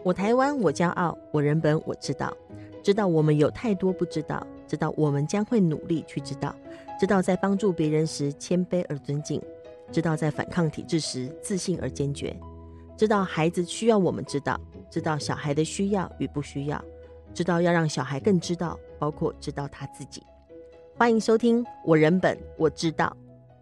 我台湾我骄傲，我人本我知道，知道我们有太多不知道，知道我们将会努力去知道，知道在帮助别人时谦卑而尊敬，知道在反抗体制时自信而坚决，知道孩子需要我们知道，知道小孩的需要与不需要，知道要让小孩更知道，包括知道他自己。欢迎收听我人本我知道。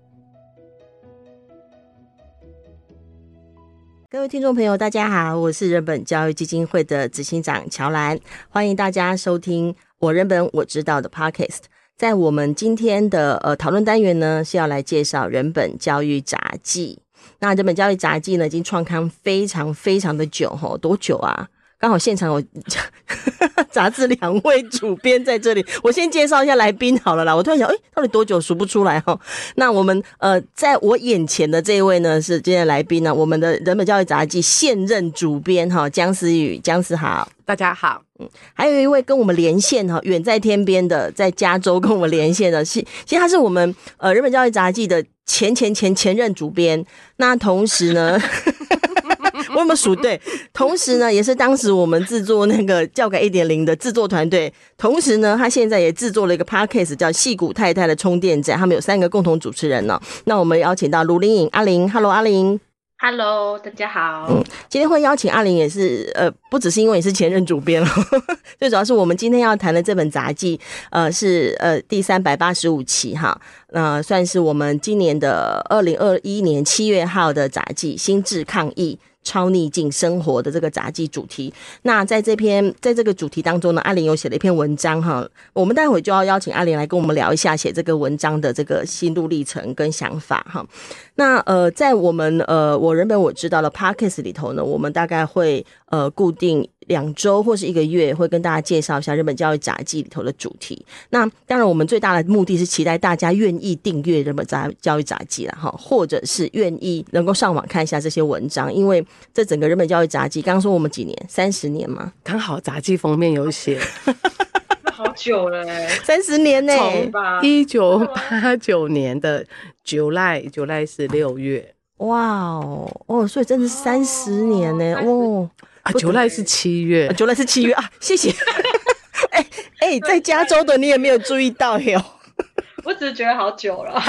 各位听众朋友大家好，我是人本教育基金会的执行长乔兰，欢迎大家收听我人本我知道的 Podcast。 在我们今天的讨论单元呢，是要来介绍人本教育杂技。那人本教育杂技呢，已经创刊非常非常的久，多久啊？刚好现场有杂志2位主编在这里，我先介绍一下来宾好了啦。我突然想，到底多久数不出来哈。那我们在我眼前的这一位呢，是今天的来宾呢，我们的人本教育杂技现任主编哈，姜思宇，姜思好。 大家好。 还有一位跟我们连线哈，远在天边的，在加州跟我们连线的，其实他是我们人本教育杂技的前任主编。那同时呢我有没有数对？同时呢，也是当时我们制作那个教改 1.0 的制作团队。同时呢，他现在也制作了一个 podcast 叫矽谷太太的充电站，他们有3个共同主持人哦。那我们邀请到卢林颖阿玲 ，Hello 阿玲。 Hello， 大家好。 今天会邀请阿玲也是不只是因为你是前任主编了，最主要是我们今天要谈的这本杂技是第385期哈，算是我们今年的2021年7月号的杂技心智抗疫超逆境生活的这个杂技主题。那在这个主题当中呢，阿玲有写了一篇文章哈，我们待会就要邀请阿玲来跟我们聊一下写这个文章的这个心路历程跟想法哈。那在我们我人本我知道的 Podcast 里头呢，我们大概会固定2周或是1个月会跟大家介绍一下人本教育杂技里头的主题。那当然我们最大的目的是期待大家愿意订阅人本教育杂技啦，或者是愿意能够上网看一下这些文章，因为这整个人本教育杂技刚刚说我们几年，30年吗？刚好杂技封面有写好久了 30年呢， 从1989年的July 是6月。 哇哦，所以真的是30年呢哦。 July 是7月 ，July 是7月啊，谢谢。在加州的你也没有注意到哟。 我只是觉得好久了。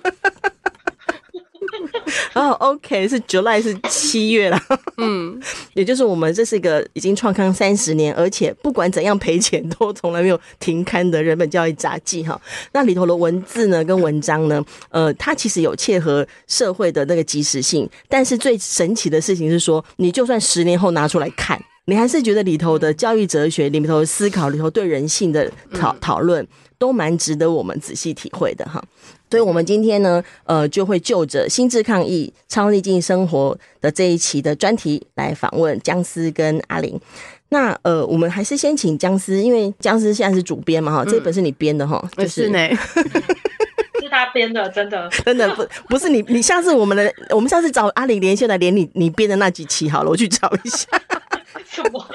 OK， 是 July 是7月啦。也就是我们这是一个已经创刊30年，而且不管怎样赔钱都从来没有停刊的人本教育杂技哈。那里头的文字呢跟文章呢，它其实有切合社会的那个即时性，但是最神奇的事情是说，你就算10年后拿出来看，你还是觉得里头的教育哲学、里头的思考、里头对人性的讨论都蛮值得我们仔细体会的哈。所以我们今天呢就会就着心智抗疫超逆境生活的这一期的专题来访问姜思跟阿玲。那我们还是先请姜思，因为姜思现在是主编嘛哈，这本是你编的哈， 就是呢。 是他编的，真的不是你下次我们下次找阿玲连线来连你编的那几期好了，我去找一下。 什么？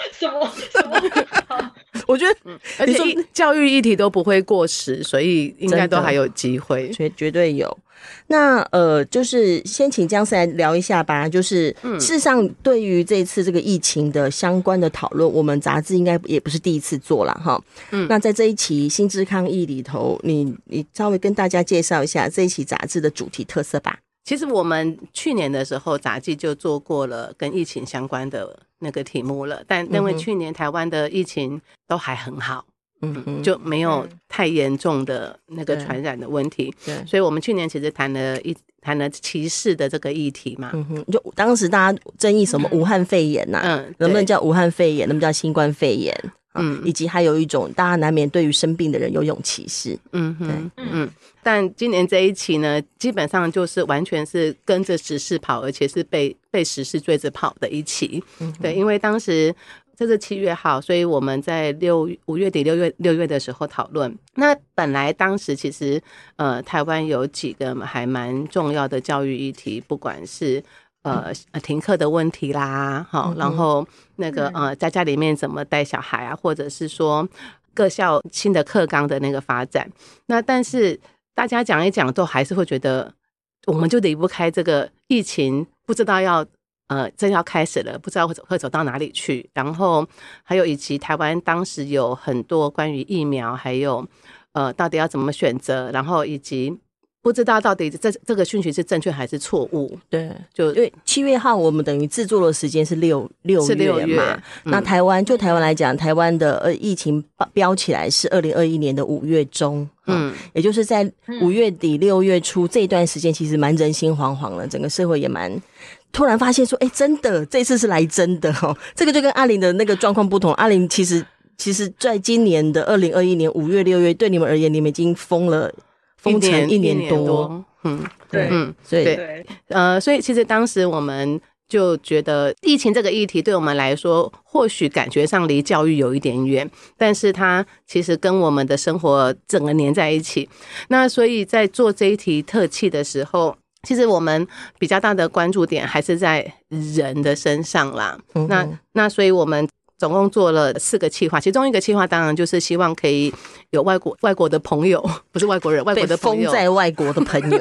我觉得而且教育议题都不会过时，所以应该都还有机会， 绝对有。那就是先请姜思来聊一下吧，就是事实上对于这次这个疫情的相关的讨论，我们杂志应该也不是第一次做了哈。那在这一期心智抗疫里头，你稍微跟大家介绍一下这一期杂志的主题特色吧。 其实我们去年的时候杂技就做过了跟疫情相关的那个题目了，但因为去年台湾的疫情都还很好，就没有太严重的那个传染的问题，所以我们去年其实谈了歧视的这个议题嘛。 就当时大家争议什么武汉肺炎能不能叫武汉肺炎，能不能叫新冠肺炎，以及还有一种大家难免对于生病的人有一种歧视。 但今年这一期呢，基本上就是完全是跟着时事跑，而且是被时事追着跑的一期。对，因为当时这是7月号，所以我们在5月底6月的时候讨论。那本来当时其实台湾有几个还蛮重要的教育议题，不管是停课的问题啦，然后那个在家里面怎么带小孩啊，或者是说各校新的课纲的那个发展。那但是大家讲一讲都还是会觉得我们就离不开这个疫情，不知道要正要开始了，不知道会走到哪里去。然后还有以及台湾当时有很多关于疫苗，还有到底要怎么选择，然后以及不知道到底这个讯息是正确还是错误。 对，就因为7月号我们等于制作的时间是6月嘛，那台湾来讲，台湾的疫情标起来是2021年的5月中，也就是在5月底6月初这一段时间，其实蛮人心惶惶的，整个社会也蛮突然发现说，真的这次是来真的哦。这个就跟阿玲的那个状况不同，阿玲其实在今年的2021年5月6月，对你们而言，你们已经封城1年多， 对， 所以其实当时我们就觉得疫情这个议题对我们来说，或许感觉上离教育有一点远，但是它其实跟我们的生活整个黏在一起。那所以在做这一题特辑的时候，其实我们比较大的关注点还是在人的身上啦。那所以我们总共做了4个企划，其中一个企划当然就是希望可以有外国的朋友，不是外国人，外国的朋友， 被封在外国的朋友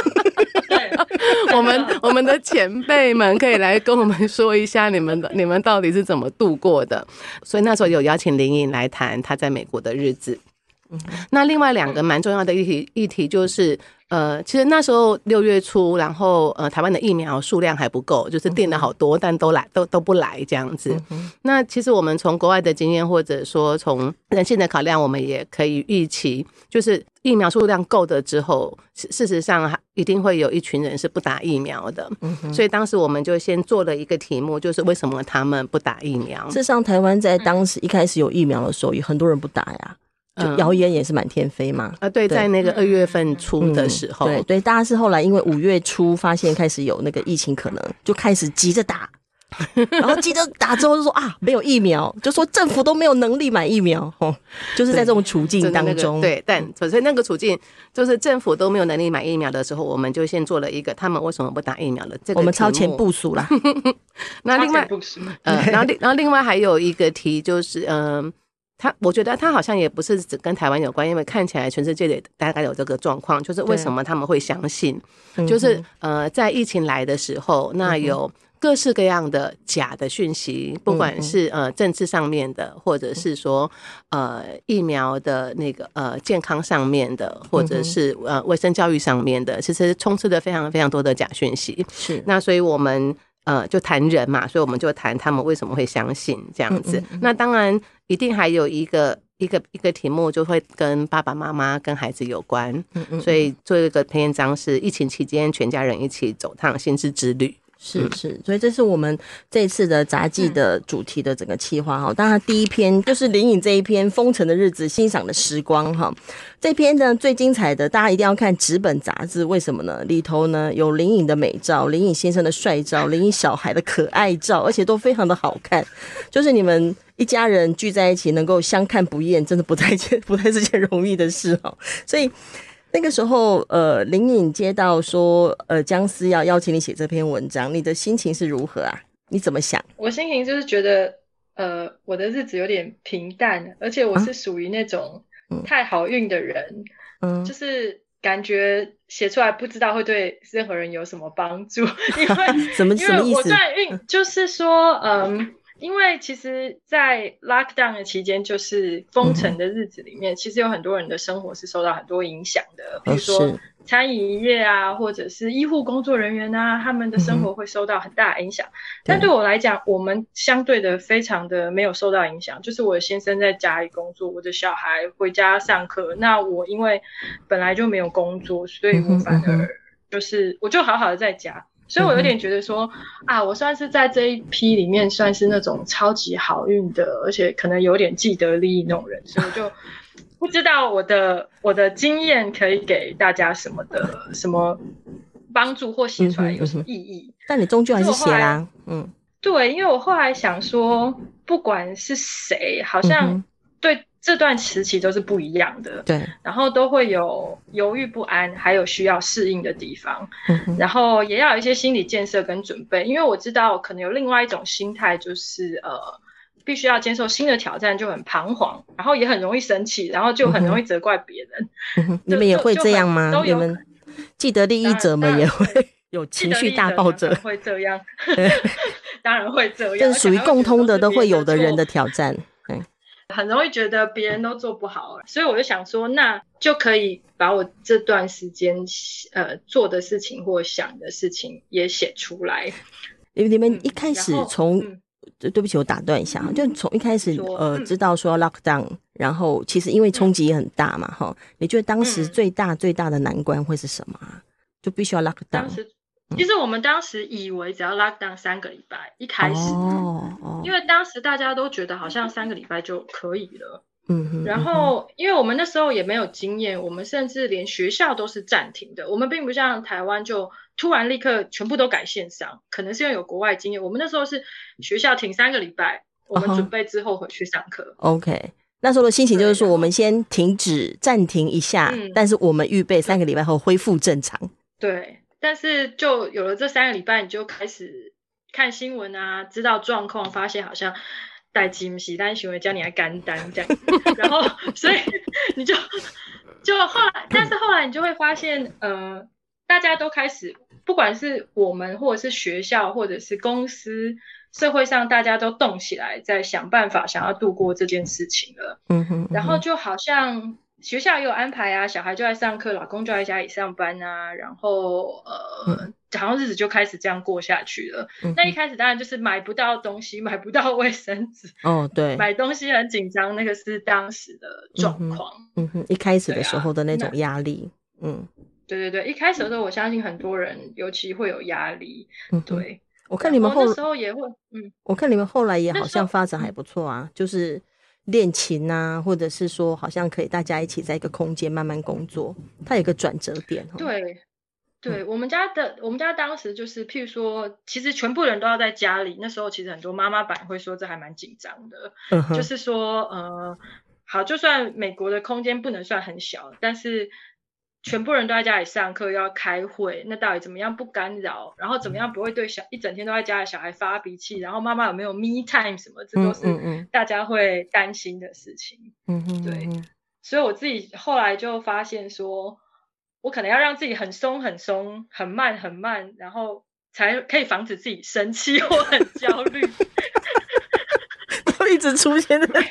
我们的前辈们可以来跟我们说一下你们到底是怎么度过的。所以那时候有邀请林颖来谈她在美国的日子。那另外2个蛮重要的议题就是其实那时候6月初，然后台湾的疫苗数量还不够，就是订了好多，但都不来这样子。那其实我们从国外的经验，或者说从人性的考量，我们也可以预期，就是疫苗数量够的之后，事实上一定会有一群人是不打疫苗的。所以当时我们就先做了一个题目，就是为什么他们不打疫苗。 事实上台湾在当时一开始有疫苗的时候，有很多人不打呀，就谣言也是满天飞嘛。 对，在那个2月份初的时候， 对，大家是后来因为5月初发现开始有那个疫情，可能就开始急着打，然后急着打之后就说没有疫苗，就说政府都没有能力买疫苗，就是在这种处境当中。 对，但所以那个处境就是政府都没有能力买疫苗的时候，我们就先做了一个他们为什么不打疫苗的这个题目， 我们超前部署啦。 那另外然后另外还有一个题就是我觉得他好像也不是只跟台湾有关，因为看起来全世界也大概有这个状况，就是为什么他们会相信，就是在疫情来的时候，那有各式各样的假的讯息，不管是政治上面的，或者是说疫苗的那个健康上面的，或者是卫生教育上面的，其实充斥着非常非常多的假讯息。 是， 那所以我们就谈人嘛，所以我们就谈他们为什么会相信这样子。那当然一定还有一个题目就会跟爸爸妈妈跟孩子有关，所以做一个篇章是疫情期间全家人一起走趟心智之旅。 是，所以这是我们这一次的杂技的主题的整个企划哈。当然第一篇就是林颖这一篇《封城的日子，欣赏的时光》哈。这篇呢最精彩的，大家一定要看纸本杂志，为什么呢？里头呢有林颖的美照、林颖先生的帅照、林颖小孩的可爱照，而且都非常的好看。就是你们一家人聚在一起能够相看不厌，真的不太是件容易的事哈。所以那个时候林颖接到说姜思要邀请你写这篇文章，你的心情是如何啊？你怎么想？ 我心情就是觉得我的日子有点平淡，而且我是属于那种太好运的人，就是感觉写出来不知道会对任何人有什么帮助，因为什么意思？ 我算运就是说因为其实在 lockdown 的期间，就是封城的日子里面，其实有很多人的生活是受到很多影响的，比如说餐饮业啊，或者是医护工作人员啊，他们的生活会受到很大的影响。但对我来讲，我们相对的非常的没有受到影响，就是我的先生在家里工作，我的小孩回家上课，那我因为本来就没有工作，所以我反而就是我就好好的在家。所以我有点觉得说我算是在这一批里面算是那种超级好运的，而且可能有点既得利益那种人，所以我就不知道我的经验可以给大家什么帮助，或写出来有什么意义。 但你终究还是写啦。 对，因为我后来想说，不管是谁，好像对这段时期都是不一样的， 对， 然后都会有犹豫不安，还有需要适应的地方，然后也要有一些心理建设跟准备，因为我知道可能有另外一种心态，就是必须要接受新的挑战，就很彷徨，然后也很容易生气，然后就很容易责怪别人。 你们也会这样吗？你们既得利益者们也会有情绪大爆者会这样，当然会这样， 这是属于共通的，都会有的人的挑战。 很容易觉得别人都做不好，所以我就想说，那就可以把我这段时间做的事情或想的事情也写出来。 你们一开始从对不起我打断一下，就从一开始知道说要 lockdown， 然后其实因为冲击也很大嘛，你觉得当时最大的难关会是什么啊？就必须要 lockdown。 其实我们当时以为只要 lockdown 3个礼拜，一开始，因为当时大家都觉得好像3个礼拜就可以了。然后因为我们那时候也没有经验，我们甚至连学校都是暂停的，我们并不像台湾就突然立刻全部都改线上，可能是因为有国外经验，我们那时候是学校停3个礼拜，我们准备之后回去上课。 OK， 那时候的心情就是说我们先暂停一下，但是我们预备3个礼拜后恢复正常。 对，但是就有了这3个礼拜，你就开始看新闻啊，知道状况，发现好像代志不是咱想的这么简单这样然后所以你就后来，但是后来你就会发现大家都开始，不管是我们或者是学校或者是公司，社会上大家都动起来，在想办法想要度过这件事情了。然后就好像学校也有安排啊，小孩就在上课，老公就在家里上班啊，然后好像日子就开始这样过下去了。那一开始当然就是买不到东西，买不到卫生纸， 对， 买东西很紧张，那个是当时的状况。 一开始的时候的那种压力。 对，一开始的时候我相信很多人尤其会有压力。对， 我看你们那时候也会我看你们后来也好像发展还不错啊，就是练琴啊，或者是说好像可以大家一起在一个空间慢慢工作，它有一个转折点。 对，我们家当时就是譬如说其实全部人都要在家里，那时候其实很多妈妈版会说这还蛮紧张的。就是说好，就算美国的空间不能算很小，但是全部人都在家里上课要开会，那到底怎么样不干扰，然后怎么样不会对一整天都在家里小孩发脾气，然后妈妈有没有 me time 什么，这都是大家会担心的事情。对，所以我自己后来就发现说我可能要让自己很松很松，很慢很慢，然后才可以防止自己生气或很焦虑都一直出现在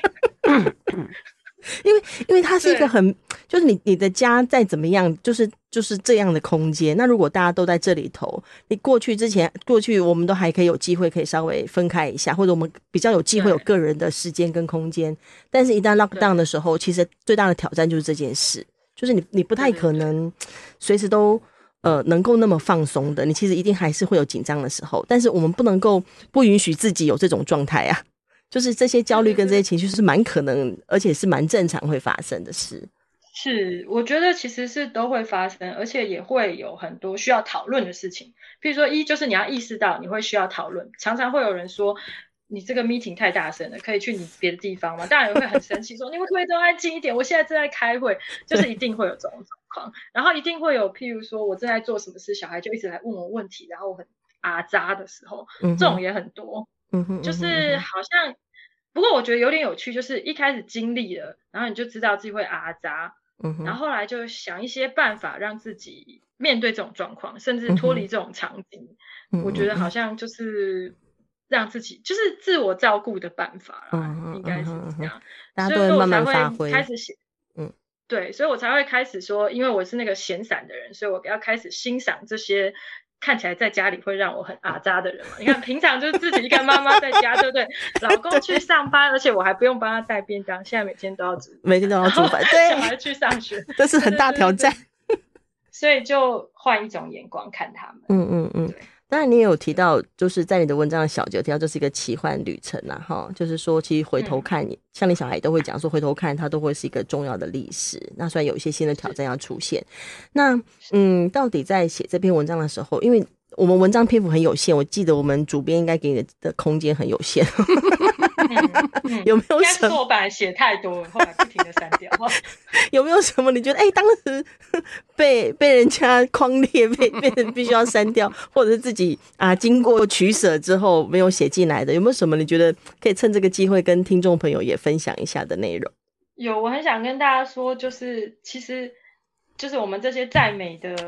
因为它是一个很就是你的家再怎么样就是这样的空间，那如果大家都在这里头，你过去我们都还可以有机会可以稍微分开一下，或者我们比较有机会有个人的时间跟空间，但是一旦 lockdown 的时候，其实最大的挑战就是这件事，就是你不太可能随时都能够那么放松的，你其实一定还是会有紧张的时候，但是我们不能够不允许自己有这种状态啊，就是这些焦虑跟这些情绪是蛮可能而且是蛮正常会发生的事。 是，我觉得其实是都会发生，而且也会有很多需要讨论的事情。譬如说就是你要意识到你会需要讨论，常常会有人说你这个 meeting 太大声了，可以去你别的地方吗？当然也会很生气说你会不会都安静一点，我现在正在开会，就是一定会有这种状况。然后一定会有譬如说我正在做什么事，小孩就一直来问我问题，然后我很阿杂的时候，这种也很多。就是好像不过我觉得有点有趣，就是一开始经历了，然后你就知道自己会阿杂，然后后来就想一些办法让自己面对这种状况，甚至脱离这种场景。我觉得好像就是让自己就是自我照顾的办法啦，应该是这样。 大家都会慢慢发挥， 所以我才会开始写。对，所以我才会开始说，因为我是那个闲散的人，所以我要开始欣赏这些看起来在家里会让我很阿杂的人嘛。你看平常就是自己一个妈妈在家对不对？老公去上班，而且我还不用帮他带便当，现在每天都要煮饭，对，小孩去上学， 这是很大挑战。 所以就换一种眼光看他们。对。 当然你也有提到，就是在你的文章的小节有提到这是一个奇幻旅程啦，就是说其实回头看，像你小孩都会讲说回头看它都会是一个重要的历史，那虽然有一些新的挑战要出现，那到底在写这篇文章的时候，因为我们文章篇幅很有限，我记得我们主编应该给你的空间很有限有没有什么？应该是我本来写太多了，后来不停的删掉有没有什么你觉得当时被人家匡列变成必须要删掉，或者是自己经过取舍之后没有写进来的，有没有什么你觉得可以趁这个机会跟听众朋友也分享一下的内容？ 有，我很想跟大家说，就是其实就是我们这些在美的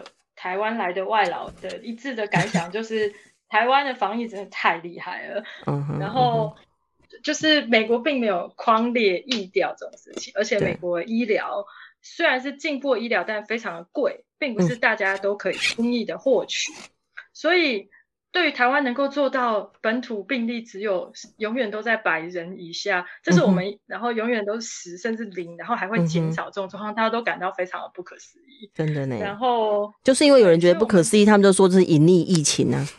台湾来的外劳的一致的感想就是台湾的防疫真的太厉害了，然后就是美国并没有匡列疫调这种事情，而且美国的医疗虽然是进步的医疗，但非常的贵，并不是大家都可以轻易的获取，所以对于台湾能够做到本土病例只有永远都在100人以下，这是我们然后永远都是10甚至0，然后还会减少这种状况，大家都感到非常的不可思议， 真的呢。 然后就是因为有人觉得不可思议，他们就说这是隐匿疫情啊。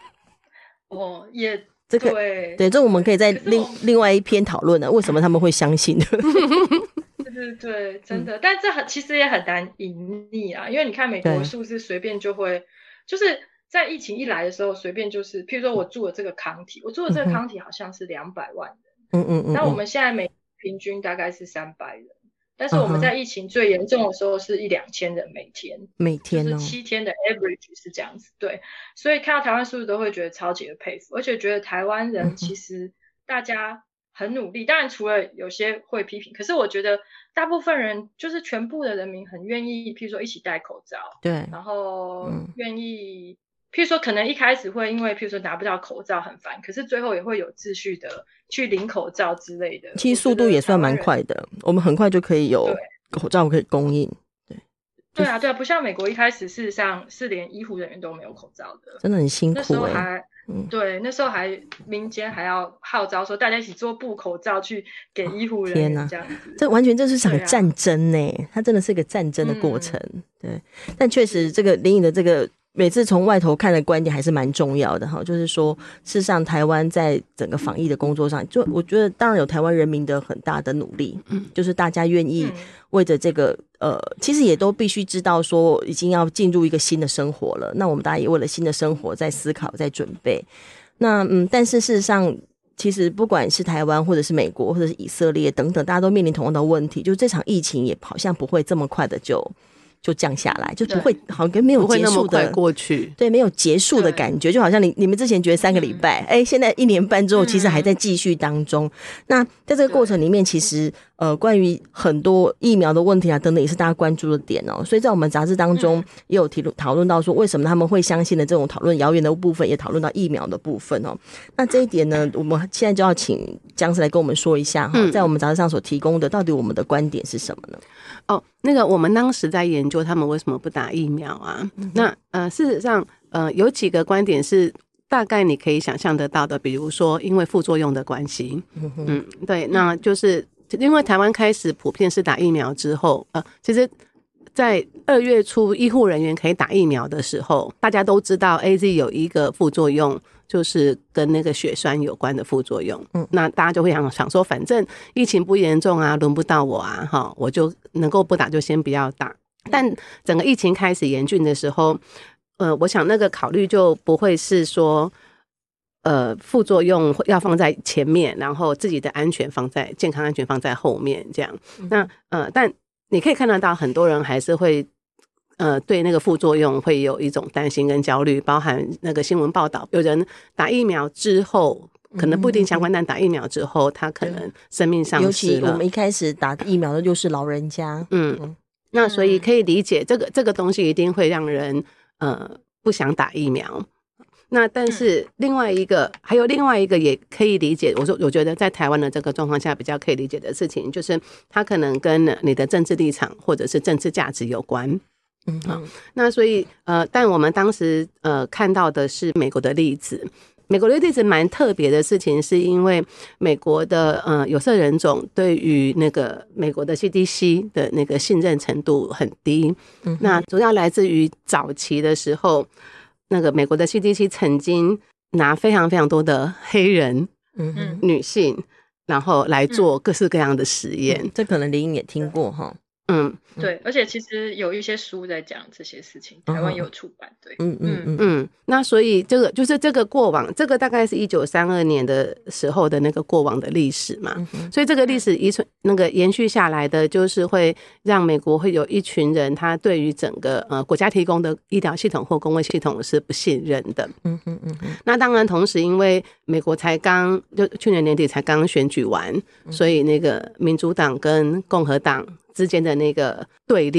也这个对，这我们可以在另外一篇讨论的，为什么他们会相信？ 对，真的，但这其实也很难隐匿啊，因为你看美国的数字随便就会，就是在疫情一来的时候，随便就是，譬如说我住的这个county，我住的这个county好像是200万人，那我们现在每平均大概是300人，但是我们在疫情最严重的时候是1-2千人每天，就是7天的 average 是这样子，对，所以看到台湾数字都会觉得超级的佩服，而且觉得台湾人其实大家很努力，当然除了有些会批评，可是我觉得大部分人就是全部的人民很愿意，譬如说一起戴口罩， 对， 然后愿意，譬如说可能一开始会因为譬如说拿不到口罩很烦，可是最后也会有秩序的去领口罩之类的， 其实速度也算蛮快的，我们很快就可以有口罩可以供应。 对啊，不像美国一开始事实上是连医护人员都没有口罩的， 真的很辛苦那时候对，那时候还民间还要号召说大家一起做布口罩去给医护人员这样子， 这完全就是场战争呢，它真的是一个战争的过程，对。但确实这个林颖的这个每次从外头看的观点还是蛮重要的哈，就是说事实上台湾在整个防疫的工作上，就我觉得当然有台湾人民的很大的努力，就是大家愿意为着这个其实也都必须知道说已经要进入一个新的生活了，那我们大家也为了新的生活在思考在准备，那但是事实上其实不管是台湾或者是美国或者是以色列等等，大家都面临同样的问题，就是这场疫情也好像不会这么快的就降下来，就不会好像没有结束的过去， 对，没有结束的感觉，就好像你们之前觉得3个礼拜，现在1年半之后，其实还在继续当中。那在这个过程里面，其实关于很多疫苗的问题啊等等，也是大家关注的点哦。所以在我们杂志当中也有讨论到说，为什么他们会相信的这种讨论遥远的部分，也讨论到疫苗的部分哦。那这一点呢，我们现在就要请姜师来跟我们说一下哈，在我们杂志上所提供的，到底我们的观点是什么呢？ 那个我们当时在研究他们为什么不打疫苗啊？那事实上有几个观点是大概你可以想象得到的，比如说因为副作用的关系，对，那就是因为台湾开始普遍是打疫苗之后，其实在2月初医护人员可以打疫苗的时候，大家都知道 AZ 有一个副作用，就是跟那个血栓有关的副作用，那大家就会想说反正疫情不严重啊，轮不到我啊，我就能够不打就先不要打。但整个疫情开始严峻的时候，我想那个考虑就不会是说副作用要放在前面，然后自己的健康安全放在后面这样。那但你可以看得到很多人还是会对那个副作用会有一种担心跟焦虑，包含那个新闻报道，有人打疫苗之后可能不一定相关，但打疫苗之后他可能生命丧失了。 尤其我们一开始打疫苗的就是老人家， 那所以可以理解这个东西一定会让人不想打疫苗。那但是还有另外一个也可以理解，我觉得在台湾的这个状况下比较可以理解的事情，就是它可能跟你的政治立场或者是政治价值有关。那所以但我们当时看到的是美国的例子。美国的例子蛮特别的事情，是因为美国的有色人种对于那个美国的 CDC 的那个信任程度很低。那主要来自于早期的时候，那个美国的 CDC 曾经拿非常非常多的黑人女性，然后来做各式各样的实验。 这可能林颖也听过哈。 对，而且其实有一些书在讲这些事情，台湾也有出版。对， 那所以这个就是这个过往，这个大概是1932年的时候的那个过往的历史嘛，所以这个历史那个延续下来的，就是会让美国会有一群人，他对于整个国家提供的医疗系统或公卫系统是不信任的。那当然，同时因为美国就去年年底才刚选举完，所以那个民主党跟共和党之间的那个对立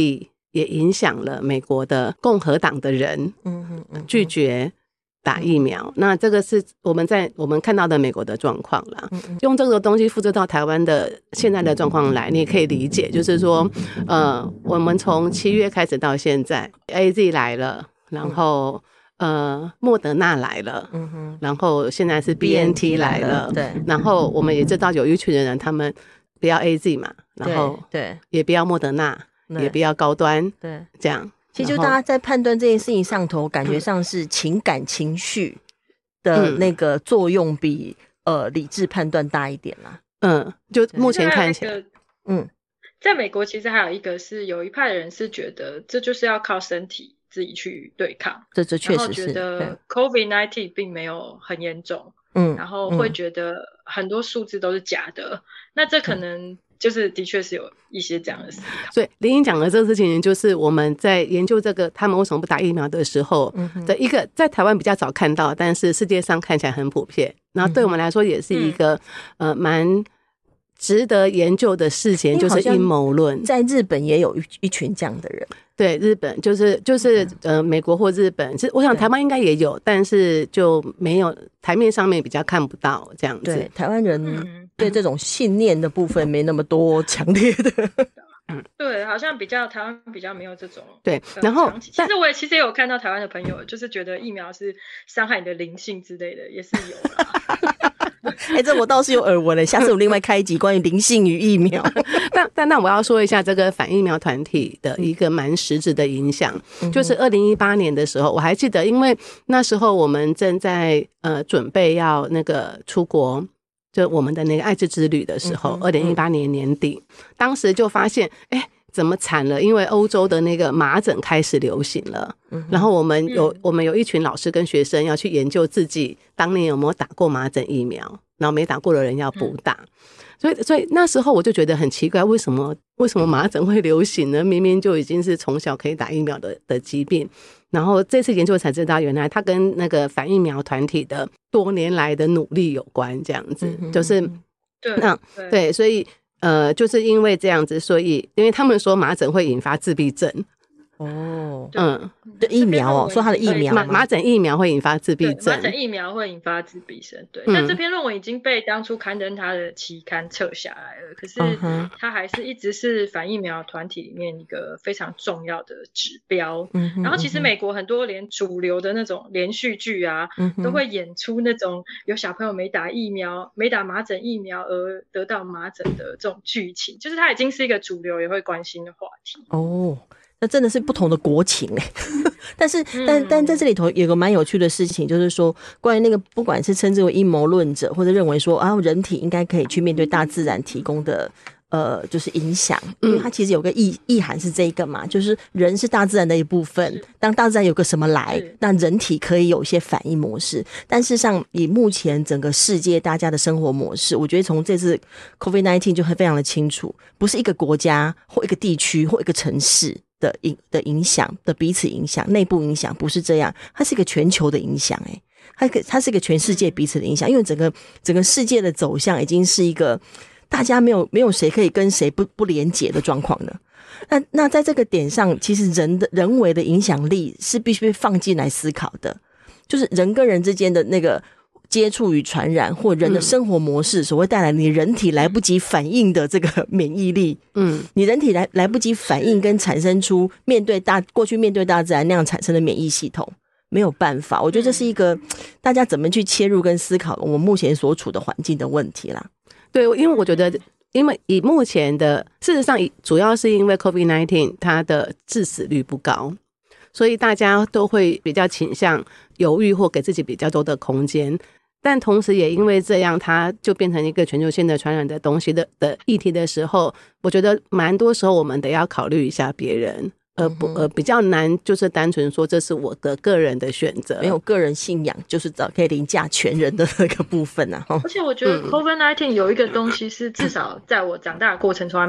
也影响了美国的共和党的人拒绝打疫苗。那这个是我们看到的美国的状况啦。用这个东西复制到台湾的现在的状况来，你也可以理解，就是说我们从7月开始到现在 AZ 来了，然后莫德纳来了，然后现在是 BNT 来了，对，然后我们也知道有一群人他们不要 AZ 嘛，然后对也不要莫德纳，也不要高端，对，这样。 其实就大家在判断这件事情上头，感觉上是情感情绪的那个作用比理智判断大一点啦。 就目前看起来， 在美国其实还有一个是有一派的人是觉得这就是要靠身体自己去对抗， 这确实是， 然后觉得 COVID-19 并没有很严重，然后会觉得很多数字都是假的，那这可能就是的确是有一些这样的思考。 所以林颖讲的这个事情，就是我们在研究这个他们为什么不打疫苗的时候的一个在台湾比较早看到，但是世界上看起来很普遍，然后对我们来说也是一个蛮值得研究的事情，就是阴谋论。 在日本也有一群这样的人， 对，日本就是美国或日本，我想台湾应该也有，但是就没有台面上面比较看不到这样子。 对，台湾人对这种信念的部分没那么多强烈的。 对，好像台湾比较没有这种。 对，然后其实我也有看到台湾的朋友，就是觉得疫苗是伤害你的灵性之类的，也是有啦。 这我倒是有耳闻了，下次我另外开一集关于灵性与疫苗。 但我要说一下这个反疫苗团体的一个蛮实质的影响，就是2018年的时候，我还记得，因为那时候我们正在准备要那个出国，就我们的那个爱之之旅的时候，2018年年底，当时就发现怎么惨了，因为欧洲的那个麻疹开始流行了，然后我们有一群老师跟学生要去研究自己当年有没有打过麻疹疫苗，然后没打过的人要补打。所以那时候我就觉得很奇怪，为什么麻疹会流行呢？明明就已经是从小可以打疫苗的疾病。然后这次研究才知道，原来它跟那个反疫苗团体的多年来的努力有关，这样子就是对，所以就是因为这样子，所以因为他们说麻疹会引发自闭症。 对疫苗说他的疫苗麻疹疫苗会引发自闭症， 麻疹疫苗会引发自闭症。对，但这篇论文已经被当初刊登他的期刊撤下来了，可是他还是一直是反疫苗团体里面一个非常重要的指标。然后其实美国很多连主流的那种连续剧啊，都会演出那种有小朋友没打麻疹疫苗而得到麻疹的这种剧情，就是它已经是一个主流也会关心的话题。 那真的是不同的国情但在这里头有个蛮有趣的事情，就是说关于那个不管是称之为阴谋论者，或者认为说人体应该可以去面对大自然提供的就是影响，因为它其实有个意涵是这个嘛，就是人是大自然的一部分，当大自然有个什么来，那人体可以有一些反应模式。但事实上以目前整个世界大家的生活模式，我觉得从这次 COVID-19 就会非常的清楚，不是一个国家或一个地区或一个城市的影响的彼此影响，内部影响，不是这样，它是一个全球的影响它是一个全世界彼此的影响，因为整个世界的走向已经是一个大家没有谁可以跟谁不连结的状况了。那在这个点上，其实人为的影响力是必须被放进来思考的，就是人跟人之间的那个接触与传染，或人的生活模式所会带来你人体来不及反应的这个免疫力，你人体来不及反应跟产生出过去面对大自然那样产生的免疫系统，没有办法。我觉得这是一个大家怎么去切入跟思考我们目前所处的环境的问题啦。 对，因为我觉得因为以目前的事实上主要是因为 COVID-19 它的致死率不高，所以大家都会比较倾向犹豫或给自己比较多的空间，但同时也因为这样它就变成一个全球性的传染的东西的议题的时候，我觉得蛮多时候我们得要考虑一下别人，比较难就是单纯说这是我的个人的选择， 没有个人信仰就是可以凌驾全人的那个部分啊。 而且我觉得 COVID-19 有一个东西是至少在我长大的过程从来没有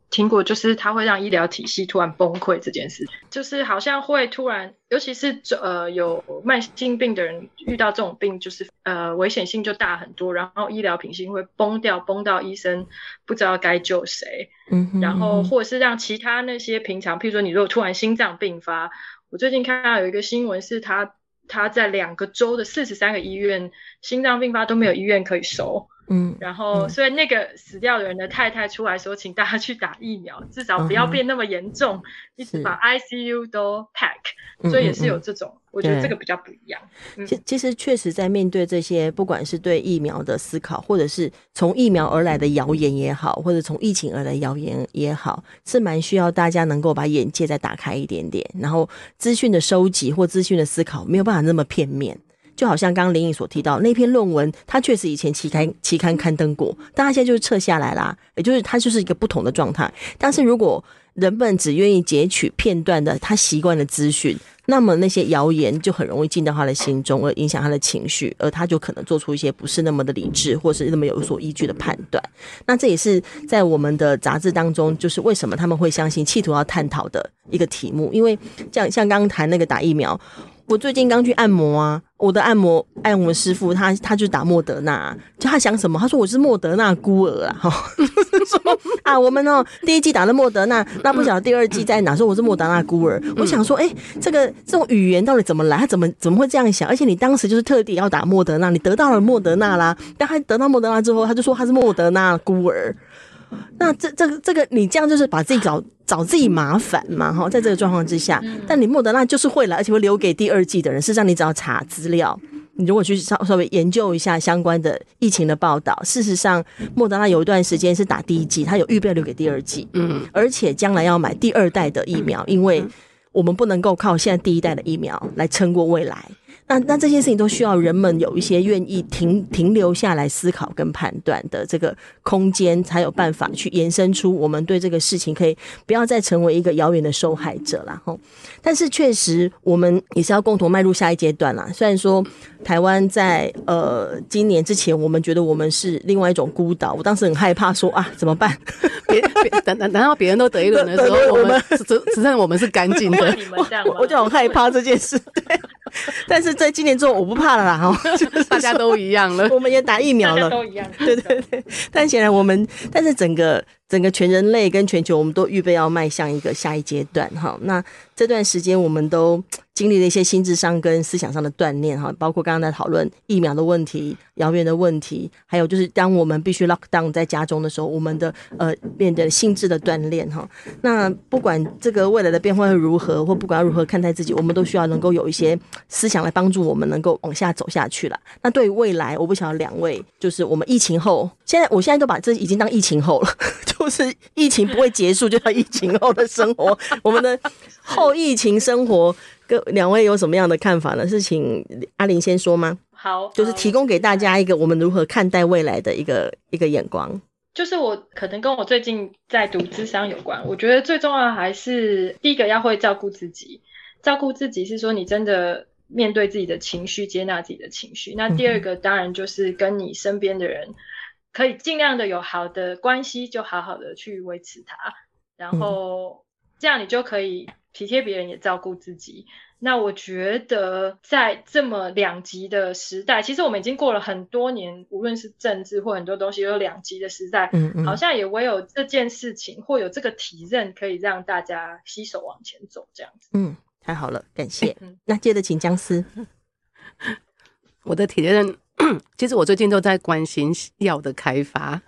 听过，就是它会让医疗体系突然崩溃这件事，就是好像会突然，尤其是有慢性病的人遇到这种病，就是危险性就大很多，然后医疗品性会崩掉，崩到医生不知道该救谁，然后或者是让其他那些平常，譬如说你如果突然心脏病发，我最近看到有一个新闻是他在2个州的43个医院心脏病发都没有医院可以收。然后所以那个死掉的人的太太出来说请大家去打疫苗，至少不要变那么严重，一直把 ICU 都 pack，所以也是有这种，我觉得这个比较不一样。 其实确实在面对这些不管是对疫苗的思考，或者是从疫苗而来的谣言也好，或者从疫情而来的谣言也好，是蛮需要大家能够把眼界再打开一点点，然后资讯的收集或资讯的思考没有办法那么片面。就好像刚刚林颖所提到那篇论文，它确实以前期刊刊登过，但它现在就是撤下来啦，也就是它就是一个不同的状态。但是如果人们只愿意截取片段的他习惯的资讯，那么那些谣言就很容易进到他的心中，而影响他的情绪，而他就可能做出一些不是那么的理智或是那么有所依据的判断。那这也是在我们的杂志当中，就是为什么他们会相信企图要探讨的一个题目。因为像刚刚谈那个打疫苗，我最近刚去按摩啊，我的按摩师傅他就打莫德纳，就他想什么？他说我是莫德纳孤儿啊，就是说啊，我们第一季打了莫德纳，那不晓得第二季在哪，说我是莫德纳孤儿。我想说，这种语言到底怎么来？他怎么会这样想？而且你当时就是特地要打莫德纳，你得到了莫德纳啦，但他得到莫德纳之后，他就说他是莫德纳孤儿。那这个你这样就是把自己找自己麻烦嘛，在这个状况之下，但你莫德纳就是会来，而且会留给第二季的人。事实上你只要查资料，你如果去稍微研究一下相关的疫情的报道，事实上莫德纳有一段时间是打第一季，他有预备留给第二季，而且将来要买第2代的疫苗，因为我们不能够靠现在第1代的疫苗来撑过未来。那这些事情都需要人们有一些愿意停留下来思考跟判断的这个空间，才有办法去延伸出我们对这个事情可以不要再成为一个遥远的受害者啦。但是确实我们也是要共同迈入下一阶段啦。虽然说台湾在今年之前我们觉得我们是另外一种孤岛，我当时很害怕说啊怎么办等到别人都得一轮的时候，我们只剩我们是干净的我就很害怕这件事。对，但是在今年之后我不怕了啦， 就是大家都一样了， 我们也打疫苗了， 大家都一样。 对对对，但显然但是整个全人类跟全球，我们都预备要迈向一个下一阶段哈。那这段时间我们都经历了一些心智上跟思想上的锻炼哈，包括刚刚在讨论疫苗的问题、谣言的问题，还有就是当我们必须 lock down 在家中的时候，我们的面对心智的锻炼哈。那不管这个未来的变化会如何，或不管要如何看待自己，我们都需要能够有一些思想来帮助我们能够往下走下去了。那对于未来，我不晓得两位，就是我们疫情后，我现在都把这已经当疫情后了，就是疫情不会结束，就叫疫情后的生活。我们的后疫情生活，跟两位有什么样的看法呢？是请阿玲先说吗？ 好， 就是提供给大家一个我们如何看待未来的一个眼光。 就是我可能跟我最近在读諮商有关，我觉得最重要的还是第一个要会照顾自己。照顾自己是说你真的面对自己的情绪，接纳自己的情绪。那第二个当然就是跟你身边的人可以尽量的有好的关系，就好好的去维持它，然后这样你就可以体贴别人也照顾自己。那我觉得在这么两极的时代，其实我们已经过了很多年，无论是政治或很多东西都有两极的时代，好像也唯有这件事情或有这个体认可以让大家携手往前走这样子。 太好了，感谢。那接着请姜丝。 我的体认，其实我最近都在关心药的开发。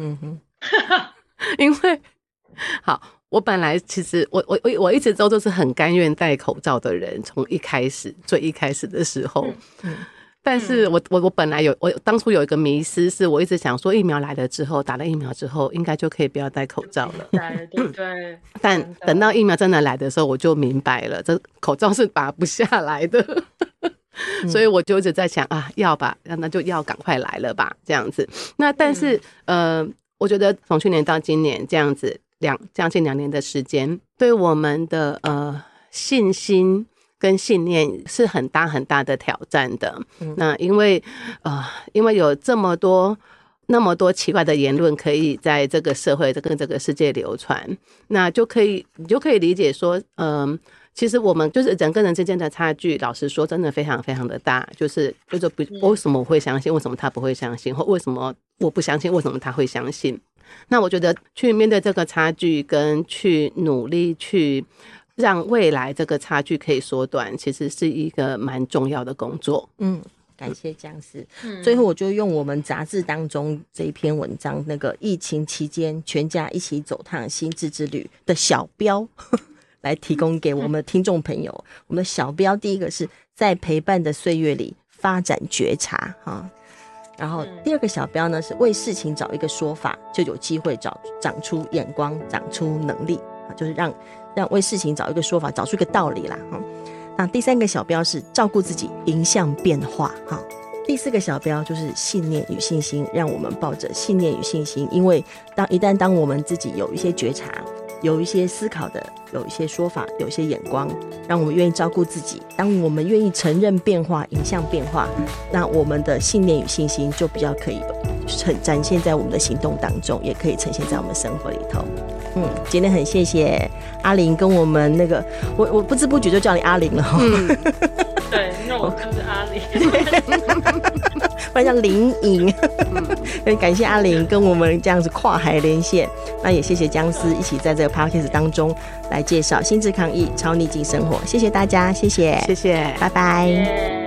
因为好，我本来其实我一直都是很甘愿戴口罩的人，从最一开始的时候。但是我本来我当初有一个迷思，是我一直想说疫苗来了之后，打了疫苗之后应该就可以不要戴口罩了。 对对。 但等到疫苗真的来的时候，我就明白了，这口罩是拔不下来的。所以我就一直在想啊，要吧，那就要赶快来了吧，这样子。那但是我觉得从去年到今年这样子将近2年的时间，对我们的信心跟信念是很大很大的挑战的。那因为有这么多那么多奇怪的言论可以在这个社会跟这个世界流传，那你就可以理解说，其实我们就是人跟人之间的差距，老实说真的非常非常的大，就是为什么我会相信，为什么他不会相信，或为什么我不相信，为什么他会相信。那我觉得去面对这个差距，跟去努力去让未来这个差距可以缩短，其实是一个蛮重要的工作。 感谢姜丝。最后我就用我们杂志当中这一篇文章，那个疫情期间全家一起走趟心智之旅的小标来提供给我们的听众朋友。我们的小标第一个是在陪伴的岁月里发展觉察，然后第二个小标呢是为事情找一个说法，就有机会长出眼光，长出能力，就是让为事情找一个说法，找出一个道理啦。那第三个小标是照顾自己，迎向变化。第四个小标就是信念与信心，让我们抱着信念与信心，因为一旦当我们自己有一些觉察，有一些思考的，有一些说法，有一些眼光，让我们愿意照顾自己，当我们愿意承认变化，迎向变化，那我们的信念与信心就比较可以展现在我们的行动当中，也可以呈现在我们生活里头。今天很谢谢阿玲跟我们那个，我不知不觉就叫你阿玲了。 对，那我就是阿玲， 不然叫林颖。感谢阿玲跟我们这样子跨海连线，那也谢谢姜丝一起在这个 podcast 当中来介绍心智抗疫超逆境生活。谢谢大家，谢谢， 谢谢， 拜拜。